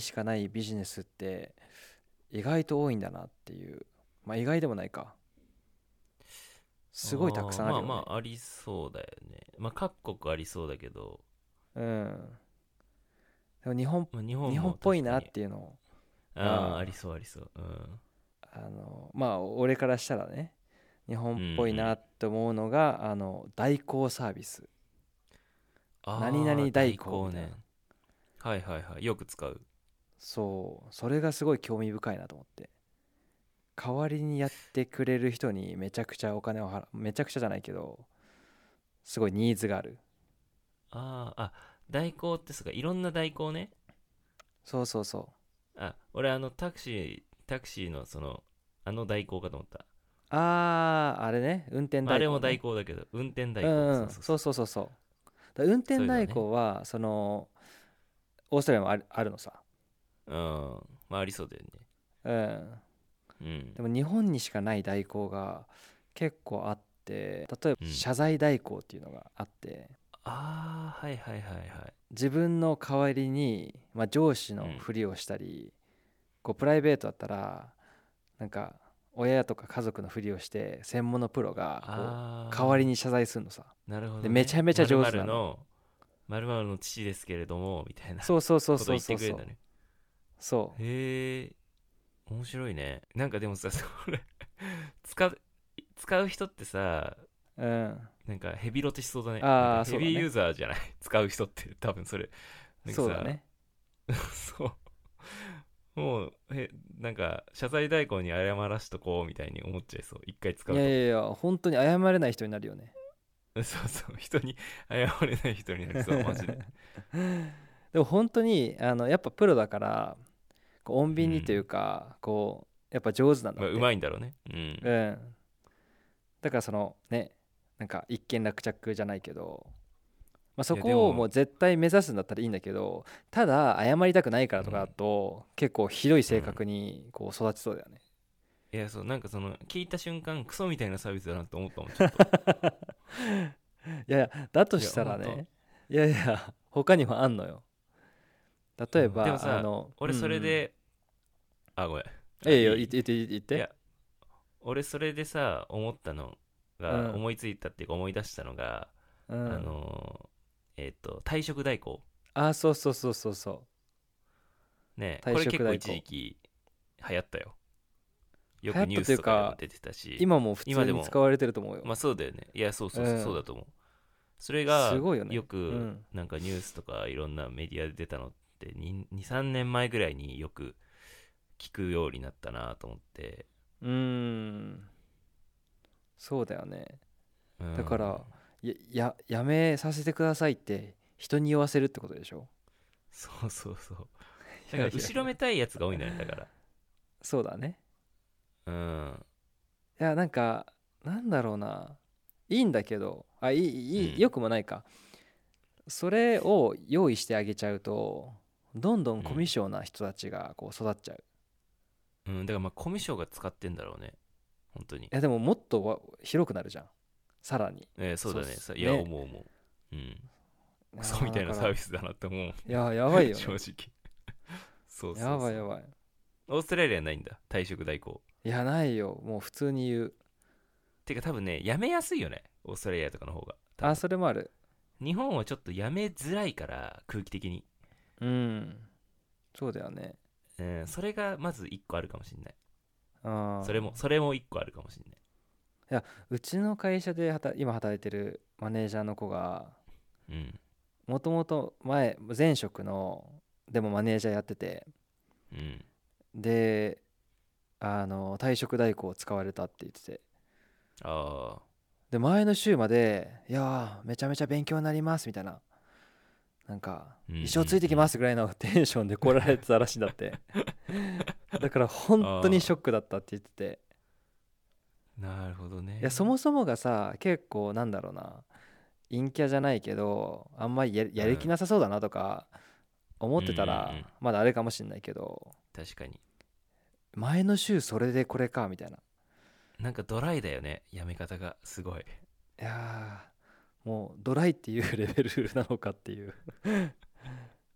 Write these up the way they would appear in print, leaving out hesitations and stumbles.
しかないビジネスって意外と多いんだなっていう。まあ意外でもないか。すごいたくさんあまあるよね。 まあありそうだよね。まあ各国ありそうだけど、 うん。でも日本、 まあ日本日本っもぽいなっ確かに、 ていうのありが、 そうありそう。 まあ俺からしたらね、日本っうん。うんうぽいなん。 って思うのが、代行サービス。何々代代行みたいな。 行ね。はいはいはい。よく使う。 そう、それがすごい興味深いなと思って。代わりにやってくれる人にめちゃくちゃお金をめちゃくちゃじゃないけど、すごいニーズがある。 代行ってすか、いろんな代行ね。 そうそうそう。 俺タクシーの代行かと思った。 あれね、運転まあ、あれも代代行ね。 行だけど、運転代行。 うんうん、そうそうそうそう。 そうそうそう。運転代そういうのね。 行は、オーストラリアもあるのさ。 うん。まあ、ありそうだよね。 うん。 うん。 でも日本にしかない代行が結構あって、例えばうん。 謝罪代行っていうのがあって、 はいはいはいはい。 自分の代わりに、まあ、上司うん。 のふりをしたり、こうプライベートだったら、なんか親とか家族のふりをして専門のプロがこう代わりに謝罪するのさ。 なるほでどね。 めちゃめちゃ 〇 上手なの。 〇の、〇〇の父ですけれども、みたいなそうそうそうこと言っそうそうそう。 てくれるんだね。 そへえ、面白いね。なんかでもさ、れ、使う、使う人ってさ、 う。うん。 なんかヘビロテしそうだね。なんかああ、 ヘビーユーそうだね。 ザーじゃない使う人って多分それ。なんかさ、 そうだね。 そう。もう、なんか謝罪代行に謝らしとこうみたいに思っちゃいそう。一回使いうと。 やいやいや、本当に謝れない人になるよね。 そうそう。人に謝れない人になりそう、マジで。 でも本当にやっぱプロだからこう穏便にといううん。 かこうやっぱ上手なんだまあ、うって。 まいんだろうね。うん。 うん。だからね、なんか一件落着じゃないけど、まあ、そいや、でも、 こをもう絶対目指すんだったらいいんだけど、ただ謝りたくないからとかだうん。 と結構ひどい性うん。 格にこう育ちそうだよね。 いや、そう、なんか聞いた瞬間、クソみたいなサービスだなって思ったもん、ちょっと。 いやいや、だといや、 したほんと。 らね、いやいや、他にもあんのよ。例えうん。でもばさ、 うんう俺それん。 で、ごめん。 いいよ、 いい。 言って。 いや、俺それでさ、 うん思いついたっていうか思い出したのが、あうん。 の退職代行。 そうそうそうそうそう。 ね、 退これ結構一時職代行。 期流行ったよ。よくニュー流行ったというか、 スとかでも出てたし、 今も普通今でも、 に使われてると思うよ。 まあそうだよね。いや、そうそうそう、そううん。 だと思う。それがすごいよね。うよくん。 なんかニュースとかいろんなメディアで出たのって2、3年前ぐらいによく聞くようになったなと思って。 うーん。そうだよね。 うん。 だから、やめさせてくださいって人に言わせるってことでしょ？ そうそうそう。だいからやいやいや。 後ろめたいやつが多いんだね、だから。 そうだね。 うん。 いや、なんか、なんだろうな。いいんだけど、ようん。 くもないか。それを用意してあげちゃうと、どんどんコミュうん。 障な人たちがこう育っちゃう。いうん。だからまあコミュ障が使ってんだろうね。本当に。 や、でももっと広くなるじゃん。さらに。 そうだね。 そうっす。 いや、 ね。 思う思う。うん。 いやクソみたいなだから、 サービスだなって思うもん。 やばいよね。 正直。そうそやうそう。 ばいやばい。 オーストラリアないんだ。退職代行。 いや、ないよ。もう普通に言う。 てか多分ね、辞めやすいよね。オーストラリアとかの方が。多分。 それもある。 日本はちょっと辞めづらいから、空気的に。 うん。そうだよね。 それがまず一個あるかもしんない。 あそれも一個あるかもしんない。 いや、うちの会社で今働いてるマネージャーの子が、 うん。 もともと前職の、でもマネージャーやってて、 うん。 で、退職代行を使われたって言ってて、 ああ。 で、前の週まで、いやー、めちゃめちゃ勉強になりますみたいな、なんか、 うんうんう一生ついてきまん。 すぐらいのテンションで来られてたらしいんだって。だから本当にショッああ。 クだったって言ってて、 なるほどいや、そね。 もそもがさ、結構なんだろうな、陰キャじゃないけど、あんまりやる気うん。 なさそうだなとか思っうんうんうてたら、 ん。 まだあれかもしんないけど、 確かに。 前の週それでこれか、みたいな。 なんかドライだよね。辞め方が。すごい。 いやもうドライっていうレベルなのかっていう。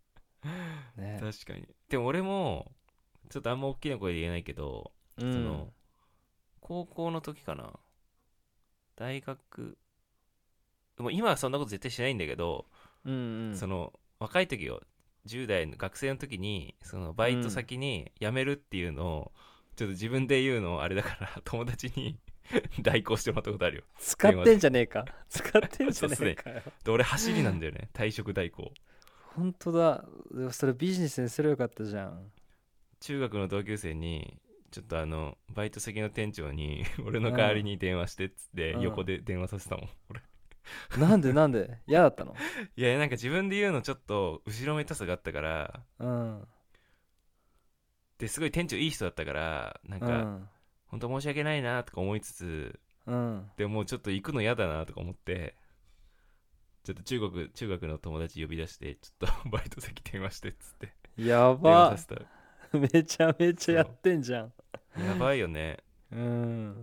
ね。 確かに。でも俺もちょっとあんま大きな声で言えないけど、 うん。 その高校の時かな、大学、でも今はそんなこと絶対しないんだけど、 うんその若い時を10代の学生の時にそのバイトうん。うん。 先に辞めるっていうのをちょっと自分で言うのあれだから友達に代行してもらったことあるよ、 使って電話で。 んじゃねえか。使ってんじゃそうっすね。 ねえかよ。 で俺走りなんだよね、退職代行。 本当だ。でもそれビジネスにすればよかったじゃん。 中学の同級生にちょっとバイト先の店長に俺の代わりうん。 に電話してっつって横うん。 で電話させたもん俺。 なんで嫌だったの？ いやなんか自分で言うのちょっと後ろめたさがあったから、 うん。 ですごい店長いい人だったから、なんかうん。 本当申し訳ないなとか思いつつ、 うん。 でももうちょっと行くの嫌だなとか思って、ちょっと中学の友達呼び出して、ちょっとバイト先電話してっつって、 やば。 電話させた。 めちゃめちゃやっそてんじゃん。 う。やばいよね。 うん。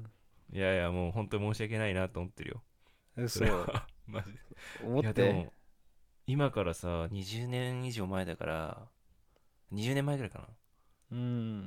いやいや、もう本当に申し訳ないなと思ってるよ。それ嘘。 は。マジで。いや、で思って。 も、今からさ、20年以上前だから、20年前ぐらいかな。 うん。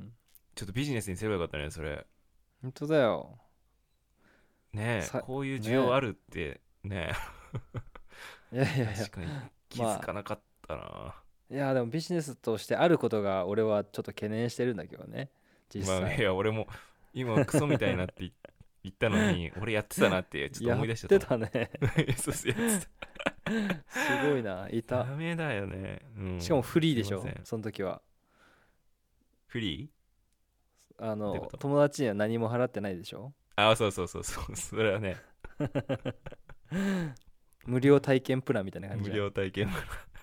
ちょっとビジネスにすればよかったね、それ。 本当だよ。 ねえ、こういう需要ねあるって、ねえ。いやいえ、 やいや。 確かに気づまあ、 かなかったな。 いや、でもビジネスとしてあることが俺はちょっと懸念してるんだけどね。実まあ、い際。 や、俺も、今、クソみたいなって言ったのに、俺やってたなって、ちょっとやっ思い出しちゃったもん。 てたね。 そうっす、やってすごいな。いた。 た。 ダメだよね。うん。 しかもフリーでしょ、 すいません。 その時は。 フリーってこと？ 友達には何も払ってないでしょ？ あ、そうそうそうそう。それはね、 無料体験プランみたいな感じ無じゃん。 料体験。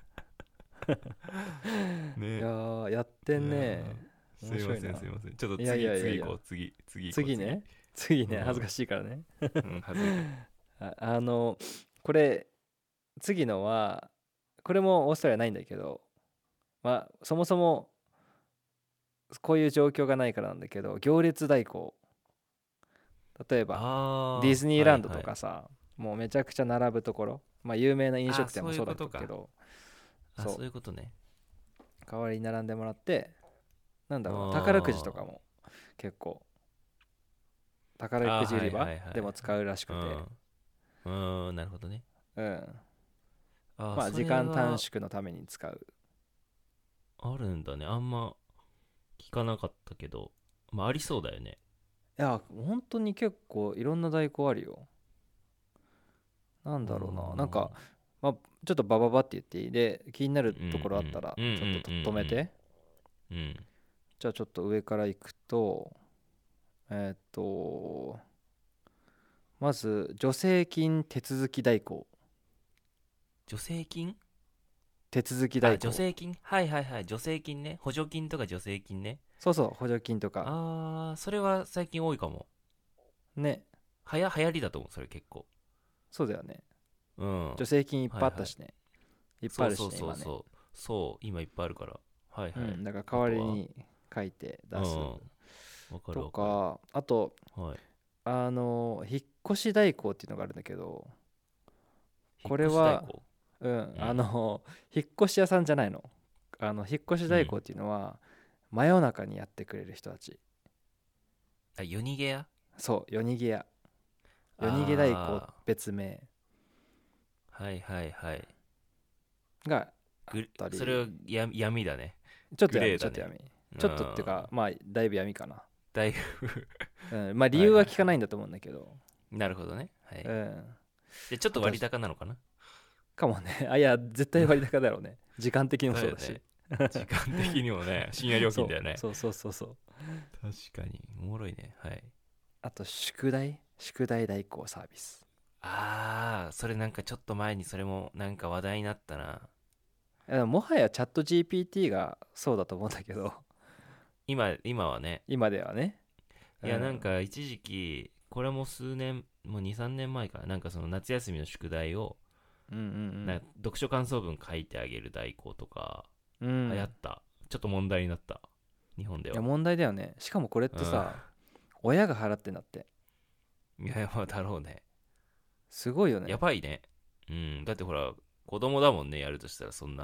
いやね。 ー、やっていやんね。 ー、すいません、 面白いな。 すいません。ちょっといやいやいやいや。 次行こう。次行こう、次。 次ね。次ね。恥ずうん。 かしいからね。 うん、はずい。 あこれ、次のは、これもオーストラリアないんだけど、まあ、そもそもこういう状況がないからなんだけど、行列代行。例えば、ディあズニー、 ーランドはいはい。 とかさ、もうめちゃくちゃ並ぶところ、まあ、有名な飲あ、 食店そういもそうだうことか。 けど、 あ、そうそう、 いうことね。 代わりに並んでもらって、なんだろうな、宝くじとかあも結構、 ー、 宝くじ売り場はいはいはい。 でも使うらしくて、 うん。なるほどね。 うん。まあ、 あー、そ時間短れは縮のために使う。 あるんだね。あんま聞かなかったけど。まあ、ありそうだよね。 いや、本当に結構いろんな代行あるよ。なんうーだろうな。なんか、 ん。 まあ、ちょっとバババって言っていいで、気になるうんところあったら、 うん。うんうんちょっと止めて。 うんうん。うん。 じゃあちょっと上から行くと、えーっと、まず、助成金手続き代行。 助成金？ 手続きあ、 代行。 助成金、はいはいはい。助成金ね。補助金とか助成金ね。 そうそう、補助金とか。 あー、それは最近多いかも。 ね。 流行りだと思う、それ結構。 そうだよね。 うん。 助成金いっはいはい。 ぱいあったしね。いっぱいあるしね、 そうそうそう今ね。 そう。そう、今いっぱいあるから。はいはい。 うん、だから代あとは、 わりに書いて出すうん。わかるとわかる。 か、あと、 はい。 引っ越し代行っていうのがあるんだけど、 引っこれは、 越し代行。 うん、 うん。 引っ越し屋さんじゃないの。引っ越しうん。 代行っていうのは、真夜中にやってくれる人たち。 あ、夜逃げや。 そう、夜逃げ屋。夜逃げ代行あ別名ー。はいはいはい。 があったそれはり、 闇だね。グちょっと闇、 レーだね。 ちょっと闇。 うん。 ちょっとっていうか、まあ、だいぶ闇かな。 だいぶうん、まあ、理はい由は聞かはいはい。 ないんだと思うんだけど、 なるほどね。はい。 うん。 で、ちょっあとは、 と割高なのかな？ かもね。あ、いや、絶対割高だろうね。時間的にもそうだし。 だよね。時間的にもね、深夜料金だよね。 そう。 確かに。おもろいね。はい。 あと、宿題代行サービス。 あー、それなんかちょっと前にそれもなんか話題になったな。 でももはやチャット GPT がそうだと思うんだけど、 今はね。 今ではね。 いや、なんうん。 か一時期、これも数年、もう2、3年前かな。なんかその夏休みの宿題を、 うん読書感想文書いてあげる代行とか、 うんうん。うん。 流行った。ちょっと問題になった。日本では。 いや、問題だよね。しかもこれっうん。 てさ、親が払ってんだって。 いや、まあだろうね。 すごいよね。 やばいね。うん。だってほら、子供だもんね、やるとしたら、そんな、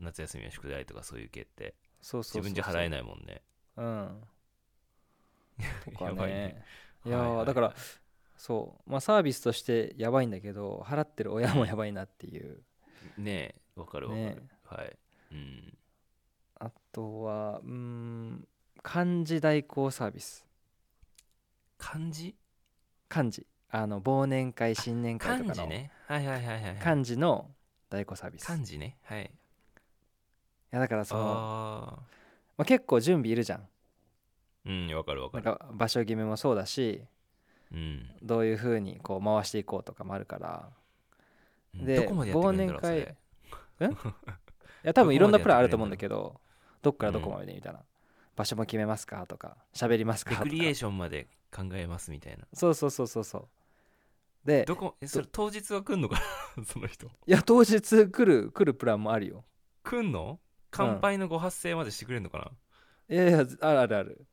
夏休みの宿題とかそういう系ってそうそうそうそう、 自分じゃ払えないもんね。 うんとかやばいね。 ね。いやはいはいはい、 ーだからそうまあサービスとしてやばいんだけど払ってる親もやばいなっていうねえ、わかるわかる。 ね。 はい。うん。 あとは漢字代行サービス。 漢字漢字忘年会新年会とかの漢字ね。はいはいはいはいはい。 漢字の代行サービス。 漢字ね。はい。 いやだからその、 ああ。 まあ、結構準備いるじゃん。 うん、わかるわかる。 なんか場所決めもそうだしうん。 どういう風にこう回していこうとかもあるからどでこまでやってく忘れるんだろう、そ年会れ。 いや多分いろんなプランあると思うんどこまでやってくれるんだろだけどどっからどこうんまでみたいな、場所も決めますかとか喋りますかレクとかリエーションまで考えますみたいな。 そうそうそうそうそうでそれ当日は来んのかなその人。 いや当日来るプランもあるよ。 来んの？ うん乾杯のご発声までしてくれるのかな？ いやいやあるある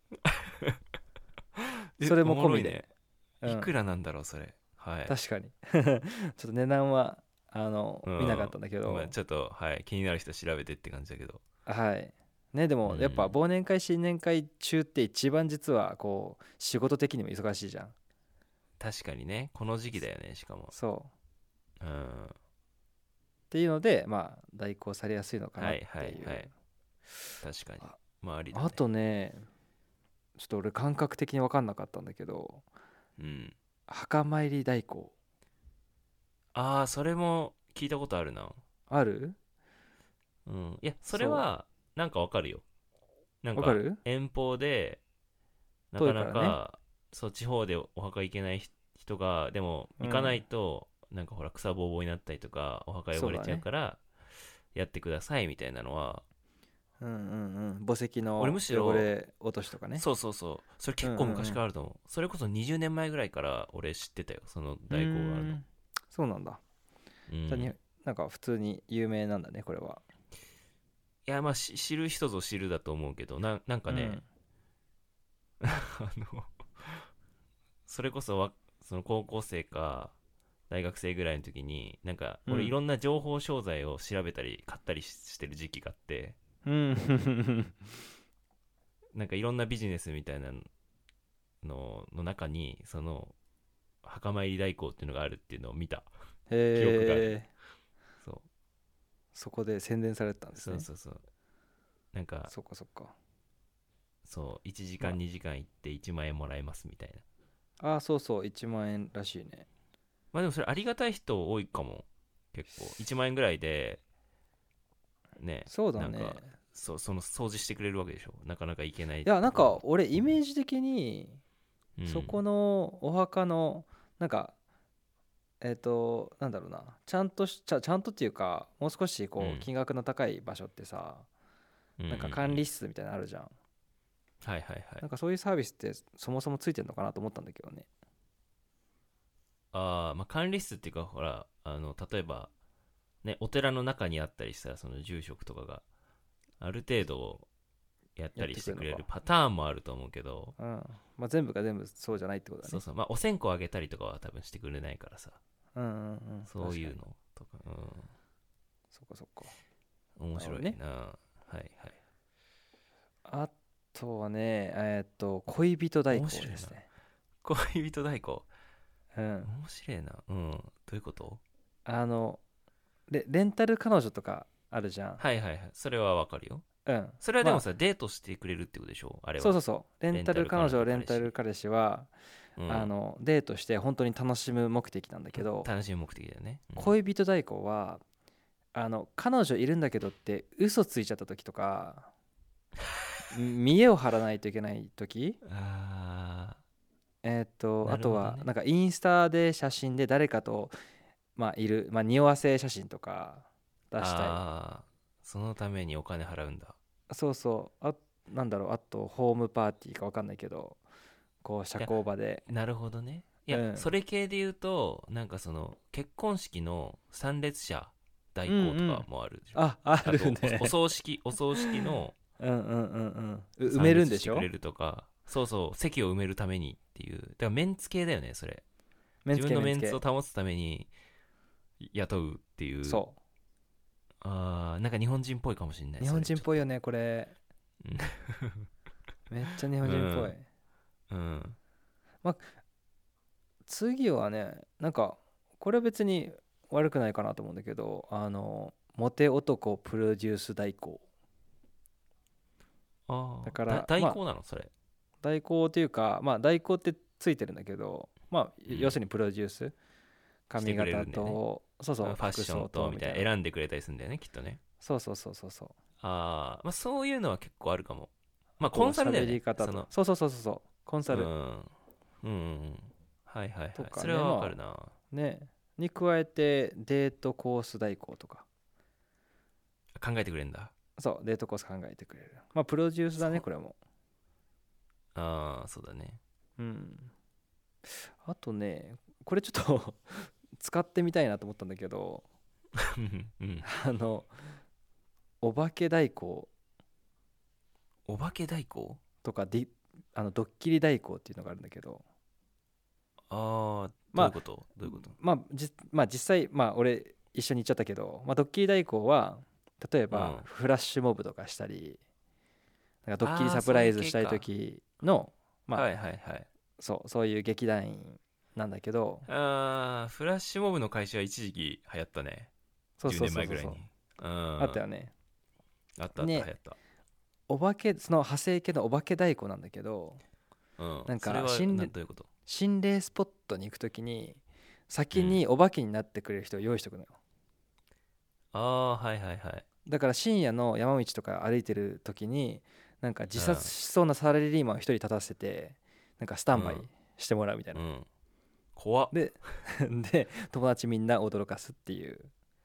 それも込みで、 いくらなんだろう、それ。はい。 確かにちょっと値段は見なかったんだけど、 まあ、ちょっと、はい、気になる人調べてって感じだけど。 はいね。でもやっぱ忘年会新年会中って一番実はこう仕事的にも忙しいじゃん。 確かにね、この時期だよね、しかも。 そううん。 っていうのでまあ代行されやすいのかなっていう、 はいはいはい。確かに。まあ、ありだね。 あとねちょっと俺感覚的に分かんなかったんだけどうん。 墓参り代行ああ、それも聞いたことあるな。 ある？ うん。いや、それそは、なんかわかるよ。なんか、 う分かる？ 遠方で、なか遠いからね。 なか、そう、地方でお墓行けない人が、でも、行かないと、なんかほら、草ぼうぼうになったりとか、お墓汚れちゃうから、やってくださいみたいなのは、 うんうんうん墓石の俺むしろ汚れ落としとかね。 そうそうそう。それ結構昔からあると思う。それこそ20年前ぐらいから俺知ってたよ。その代行があるの。 そうなんだ。 うん。いなんか普通に有名なんだねこれは。 や、まあ、知る人ぞ知るだと思うけど、なんかね、あの、それこそその高校生か大学生ぐらいの時に、なんか俺いろんな情報商材を調べたり買ったりしてる時期があって、なんかいろんなビジネスみたいなの中に、その、墓参り代行っていうのがあるっていうのを見た記憶がある。 へえ。 そうそこで宣伝されてたんですね。 そうそうそう。なんか、 そっかそっか。 そう、1時間ま 2時間行って1万円もらえますみたいな。 ああそうそう1万円らしいね。 まあでもそれありがたい人多いかも。結構。1万円ぐらいで、ね、 そうだね。 なんか、その掃除してくれるわけでしょ。なかなか行けないいやなんかところ。 俺イメージ的に、 うん、 そこのお墓のなんかなんだろうなちゃんとっていうかもう少しこう金額の高い場所ってさ、なんか管理室みたいなのあるじゃん。 はいはいはい。 なんかそういうサービスってそもそもついてんのかなと思ったんだけどね。 ああ、まあ管理室っていうか、ほら、例えば、ね、お寺の中にあったりしたら、その住職とかがある程度やったりしてくれるパターンもあると思うけど、 まあ、全部が全部そうじゃないってことだね。 そうそう、まあお線香あげたりとかは多分してくれないからさ、そういうのとか、 そっかそっか。 面白いな。はいはい。 あとはね恋人代行ですね。 恋人代行。 面白いな。どういうこと？ レンタル彼女とかあるじゃん。 はいはいはい。それはわかるよ。それはでもさ、デートしてくれるってことでしょ、あれは。 そうレンタル彼女レンタル彼氏は、デートして本当に楽しむ目的なんだけど、 楽しむ目的だよね。 恋人代行は彼女いるんだけどって嘘ついちゃった時とか見栄を張らないといけない時、あとはなんかインスタで写真で誰かといる、匂わせ写真とか出したい。 そのためにお金払うんだ。 そうなんだろう、あとホームパーティーか分かんないけどこう社交場で。 なるほどね。いや、それ系で言うとなんかその結婚式の参列者代行とかもあるでしょ。 あるね。 お葬式の埋めるんでしょ。 くれるとか、そう席を埋めるためにっていう。だからメンツ系だよね、それ。自分のメンツを保つために雇うっていう。 なんか日本人っぽいかもしれない。 日本人っぽいよねこれ。 うんめっちゃ日本人っぽい。 うんまあ次はね、なんかこれは別に悪くないかなと思うんだけど、モテ男プロデュース代行。だから代まあ行なのそれ？ 代行っていうか、まあ代行ってついてるんだけど、まあうん要するにプロデュース、 してくれ髪型るんだよね。 と、そうそう、 ファッション服装ととみたいなみたいな。 選んでくれたりするんだよね、きっとね。 そうそうそうそうそう。 まあそういうのは結構あるかも。まあコこうンサルだよね。 喋り方と、そうそうそうそうそう、コンサルうんうんうんはいはいはい。 とかね、 それはわかまるな。 あね、に加えてデートコース代行とか、 考えてくれんだ。 そう、デートコース考えてくれる。まあプロデュースだね、 そう。 これも。 そうだね。 うん。あとね、これちょっと使ってみたいなと思ったんだけど、 うんあの、お化け代行お化け代行。 とかドッキリ代行っていうのがあるんだけど、 どうまあ、 いうこと？どういうこと？ まあ実際、まあ俺一緒に行っちゃったけど、まあドッキリ代行は、例えばうんフラッシュモブとかしたり、なんかドッキリサプそういうライズしたい系か。 時の、まあはいはいはい。 そういう劇団員なんだけど、 フラッシュモブの会社は一時期流行ったね。 そう 10 そうそうそうそう、 年前ぐらいに。 あったよね。 あったあった、流行ね、 った。 その派生系のお化け太鼓なんだけど、なんそれは、 かどういうこと？ 心霊スポットに行くときに先うんにお化けになってくれる人を用意しとくのよ。 はいはいはい。 だから深夜の山道とか歩いてる時になんか自殺しそうなサラリーマンを一人立たせて、なんかスタンバイしてもらうみたいな。 怖っ。 でで友達みんな驚かすっていう。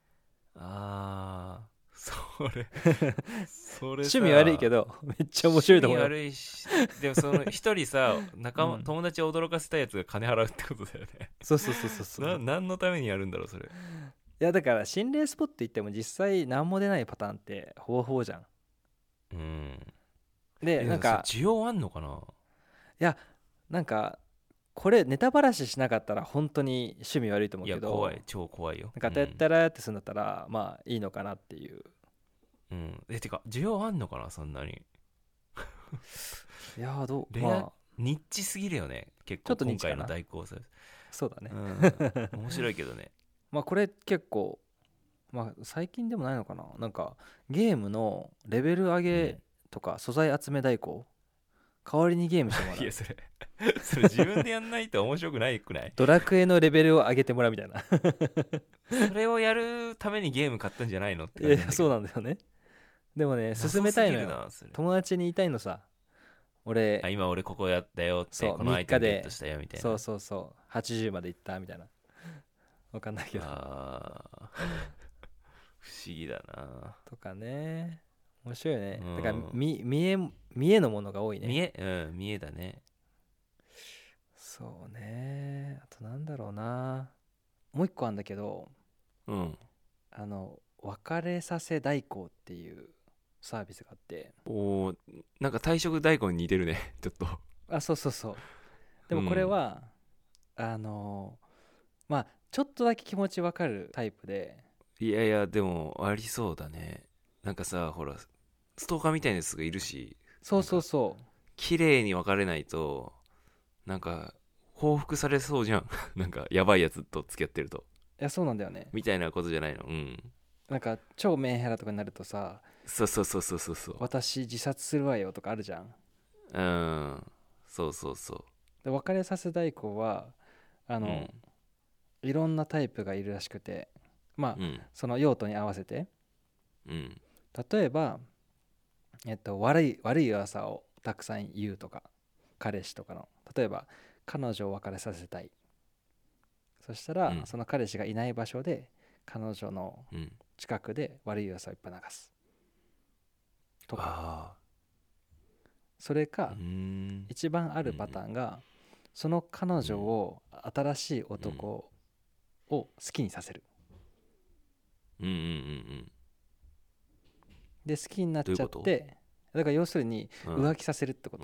それそれさ、 趣味悪いけどめっちゃ面白いと思うよ。 趣味悪いし、でもその一人さ、 うん友達を驚かせたやつが金払うってことだよね。 そうそうそうそうそう。 何のためにやるんだろう、それ。 いやだから心霊スポット行っても実際何も出ないパターンってほぼほぼじゃん。 うん。 なんか需要あんのかな？ いやなんかこれネタばらししなかったら本当に趣味悪いと思ういや、 けど、 怖い、超怖いよ。 なんかやったらってするんだったらまあいいのかなっていう。 てか、需要あんのかな、そんなに。 いやどうレア、 まあニッチすぎるよね、結構、 ちょっとニッ今回チかなの大考察。 そうだね。 面白いけどね。 まあこれ結構まあ最近でもないのかな、なんかゲームのレベル上げとか素材集め代行代わりにゲームしてもらう。 いや、それ自分でやんないと面白くないくない？ ドラクエのレベルを上げてもらうみたいな。 それをやるためにゲーム買ったんじゃないのっていやいやそう感じなんだけど。 なんだよね。でもね謎進めたいのよ。 すぎるな、それ。 友達に言いたいのさ。俺今俺ここやったよって、 そうこのアイテム 3日でゲットしたよみたいな。 そうそうそう80まで行ったみたいな。わかんないけど不思議だな。 とかね。面白いよね。 うんだから見えのものが多いね。 見えだね。 そうね。あとなんだろうな。もう一個あんだけど、 うん別れさせ代行っていうサービスがあって。 なんか退職代行に似てるねちょっと。 あ、そうそうそう。でもこれは、まあちょっとだけ気持ちわかるタイプで。 いやいや、でもありそうだね。なんかさ、ほら、ストーカーみたいなやつがいるし、 そうそうそう。 綺麗に別れないと、なんか報復されそうじゃんなんかやばいやつと付き合ってるといやそうなんだよね。 みたいなことじゃないの？ なんか超メンヘラとかになるとさ、 そうそうそうそうそうそう。 私自殺するわよとかあるじゃん。 そうそうそで別れさせ代行はいろんなタイプがいるらしくて、まあ、その用途に合わせて、例えば、悪い噂をたくさん言うとか、彼氏とかの例えば彼女を別れさせたい、そしたら、その彼氏がいない場所で彼女の近くで悪い噂をいっぱい流すとか。それか一番あるパターンが、その彼女を新しい男を好きにさせる。で好きになっちゃって、だから要するに浮気させるってこと。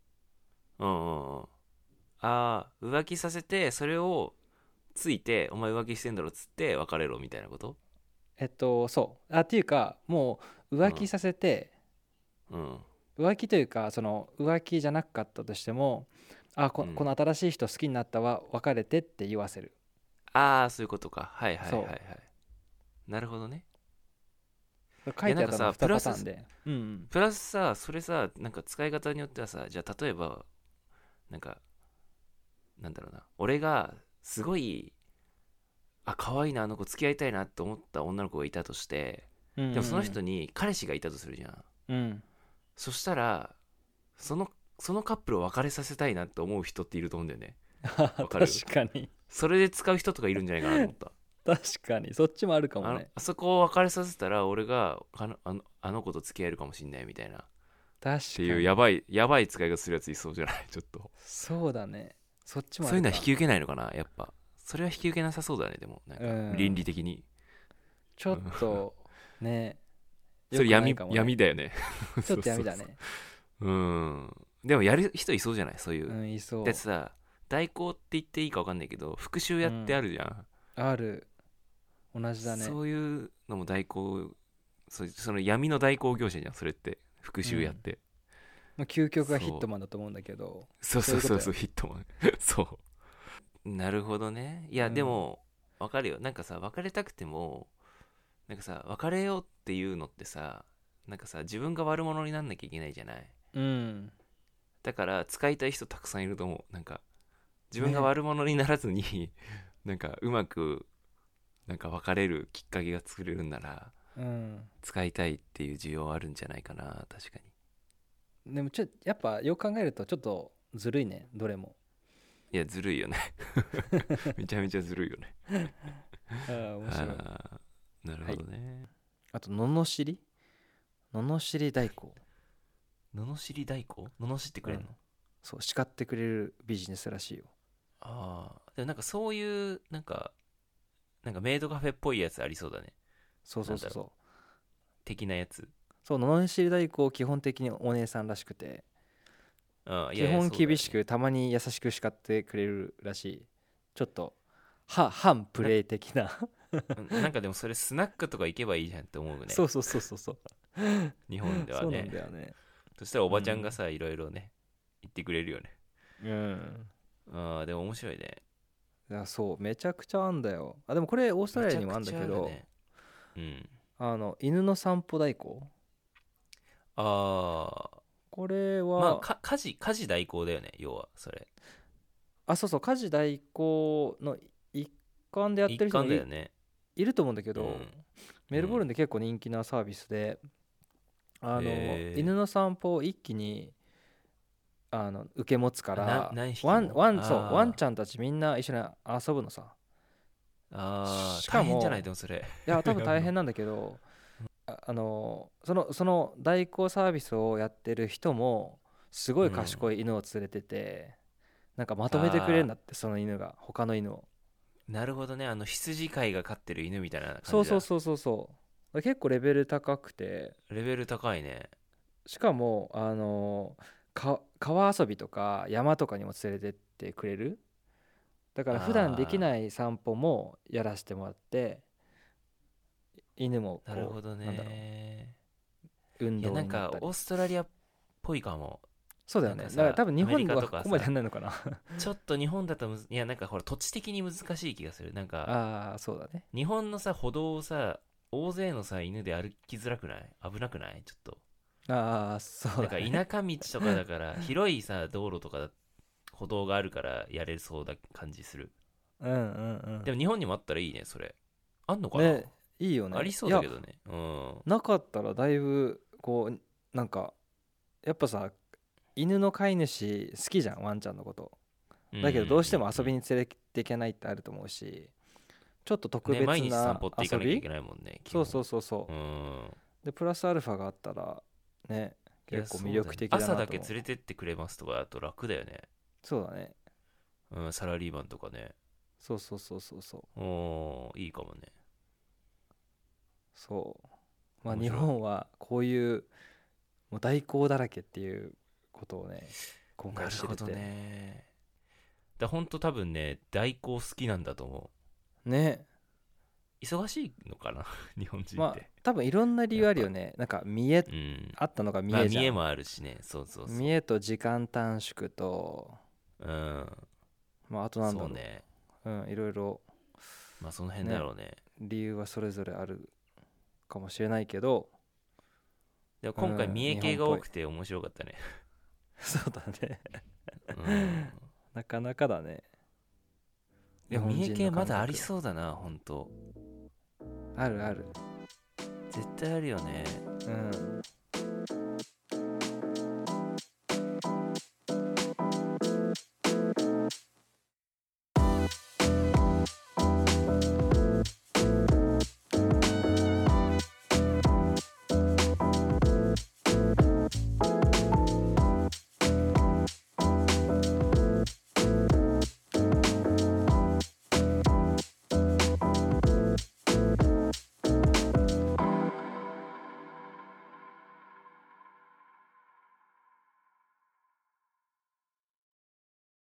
浮気させて、それをついてお前浮気してんだろっつって別れろみたいなこと？ そうっていうかもう浮気させて、 うん。 浮気というかその浮気じゃなかったとしてもこの新しい人好きになったわ別れてって言わせる。 ああ、そういうことか。はいはいはいはそい。なるほどね。 う書いや、 いてあったのがなんかさ、 2パターンで、うんうん、 プラスさ、それさ、なんか使い方によってはさ、じゃあ例えば、なんか、なんだろうな、俺がすごい、可愛いな、あの子付き合いたいなって思った女の子がいたとして、 うんでもそのうん人に彼氏がいたとするじゃん。 うん。 そしたら、その、そのカップルを別れさせたいなって思う人っていると思うんだよね。 確わかる？ かに。 それで使う人とかいるんじゃないかなと思った。 確かにそっちもあるかもね。 あそこを別れさせたら、俺があの子と付き合えるかもしんないみたいな。っていう確かにやばい使い方するやついそうじゃない？ちょっと。 そうだね。そっちもあそういうのはるか。 引き受けないのかなやっぱ。それは引き受けなさそうだね、でも。なんうか、倫理ん。 的に。 ちょっとね、よそれくないかもね。 闇だよね。 ちょっとそうそうそ闇だね。 う。でもやる人いそうじゃない？そういう。 うん、いそだってさ、代行って言っていいか分かんないけど、復讐う。う屋ってあん。 るじゃん。 ある。同じだね。 そういうのも代行、その闇の代行業者じゃん、それって。復うん。 讐屋って。 まあ、究極がヒットそう。 マンだと思うんだけど、 そうそういうことよ。 ヒットマン。そう。なるほどね。いや、でうん。 も、わかるよ。なんかさ、別れたくても、なんかさ、別れようっていうのってさ、なんかさ、自分が悪者になんなきゃいけないじゃない。 うん。 だから、使いたい人たくさんいると思う。なんか、自分がね。 悪者にならずになんか、うまく、なんか別れるきっかけが作れるんなら、 うん。 使いたいっていう需要あるんじゃないかな、確かに。 でもやっぱよく考えるとちょっとずるいね、どれも。 いや、ずるいよね。めちゃめちゃずるいよね。 ああ、面白い。 なるほはい。 どね。 あと、罵り代行。 罵り代行？罵ってくうん。 れんの？ そう、叱ってくれるビジネスらしいよ。 でもなんかそういう、なんかメイドカフェっぽいやつありそうだね。 そうそなんだろう。 うそうそう。 的なやつ。 そう、罵り代行基本的にお姉さんらしくて、 いやいや、 基本そうだよね。 厳しく、たまに優しく叱ってくれるらしい。ちょっと、反プなんか、 レイ的な。 なんかでもそれスナックとか行けばいいじゃんって思うね。 そうそうそうそうそう。 日本ではそうなんね。 だよね。 そしたらおばちゃんがうん。 さ、いろいろね、言ってくれるよね。 うん。 でも面白いね。 いや、そう、めちゃくちゃあんだよ。あ、でもこれオーストめラリアにもあんだちゃくちゃけど、 あるね。うん。 犬の散歩代行。 あー、 これまあ、 は、 家事代行だよね、要は、それ。 そうそう、家事代行の一環でやっ一てる人も環だよね。 いると思うんだけど、 うん。 メルボルンうん。 で結構人気なサービスで、犬への散歩を一気に受け持つから、 何匹もワンちゃんたちみんな一緒に遊ぶのさ。しか大変じゃない？ も、 でもそれ。 いや、多分やんの。 大変なんだけど、その代行サービスをやってる人も、すごいうん。 賢い犬を連れてて、なんかまとめてくれるんあだって、その犬が、他の犬を。 なるほどね。羊飼いが飼ってる犬みたいな感じだ。 そうそうそうそうそう。結構レベル高くて、 レベル高いね。 しかも、川遊びとか山とかにも連れてってくれる。だから普段できあない散歩もやらせてもらって、犬もなるほどなんだろね。 う、運いや、 動になったり。 オーストラリアっぽいかも。 そうだよね。だからなんかさ、アメリ多分日本カとかさ、 はここまでやんないのかな。 ちょっと日本だといや、なんかほら、土地的に難しい気がする。なんか、 ああ、そうだね。 日本のさ、歩道をさ、大勢のさ、犬で歩きづらくない？危なくない？ちょっと。 ああ、そうなんかだね。 田舎道とかだから、広いさ、道路とか歩道があるからやれそうだ感じする。 うんうんでも日本にもあったらいいね、それ。あんのうん。 かな？ ね、いいよね。 ありそいや、 うだけどね。うん。 なかったらだいぶ、なんか、やっぱさ、犬の飼い主好きじゃん、ワンちゃんのこと。 うんうんうだけどどうしても遊びんに連れていけないってあると思うし、ちょっとうん。 特ね、毎別な日散歩って行か遊び。 なきゃいけないもんね、基そう本。 そうそうそうん。 う。で、プラスアルファがあったら、ね、 いや、 結構魅そうだよね。 力的だ朝だなと思う。 け連れてってくれますとかだと楽だよね。 そうだね。 うん、サラリーマンとかね。 そうそうそうそうそう。 いいかもね。 そう。まあ日面白い。 本はこういうもう代行だらけっていうことをね、今回なるほど知れて。 ね。ほんと多分ね、代行好きなんだと思う。 ね。 忙しいのかな日本人まあって。 多分いろんな理由あるよね。なんか見栄うん。 あったのが見まあ栄じゃん。 見栄もあるしね。そうそうそ見栄と時間短縮と、 う。うん。 まああとなんだろそうね。 う。いろいろまあその辺だね、 ろうね。 理由はそれぞれあるかもしれないけど、 でも今回三重系日本っぽい。 が多くて面白かったね。 そうだね。 うん。 なかなかだね。 いや、 日本三重系人の感まだあり覚。 そうだな、ほんと。 あるある。 絶対あるよね。 うん。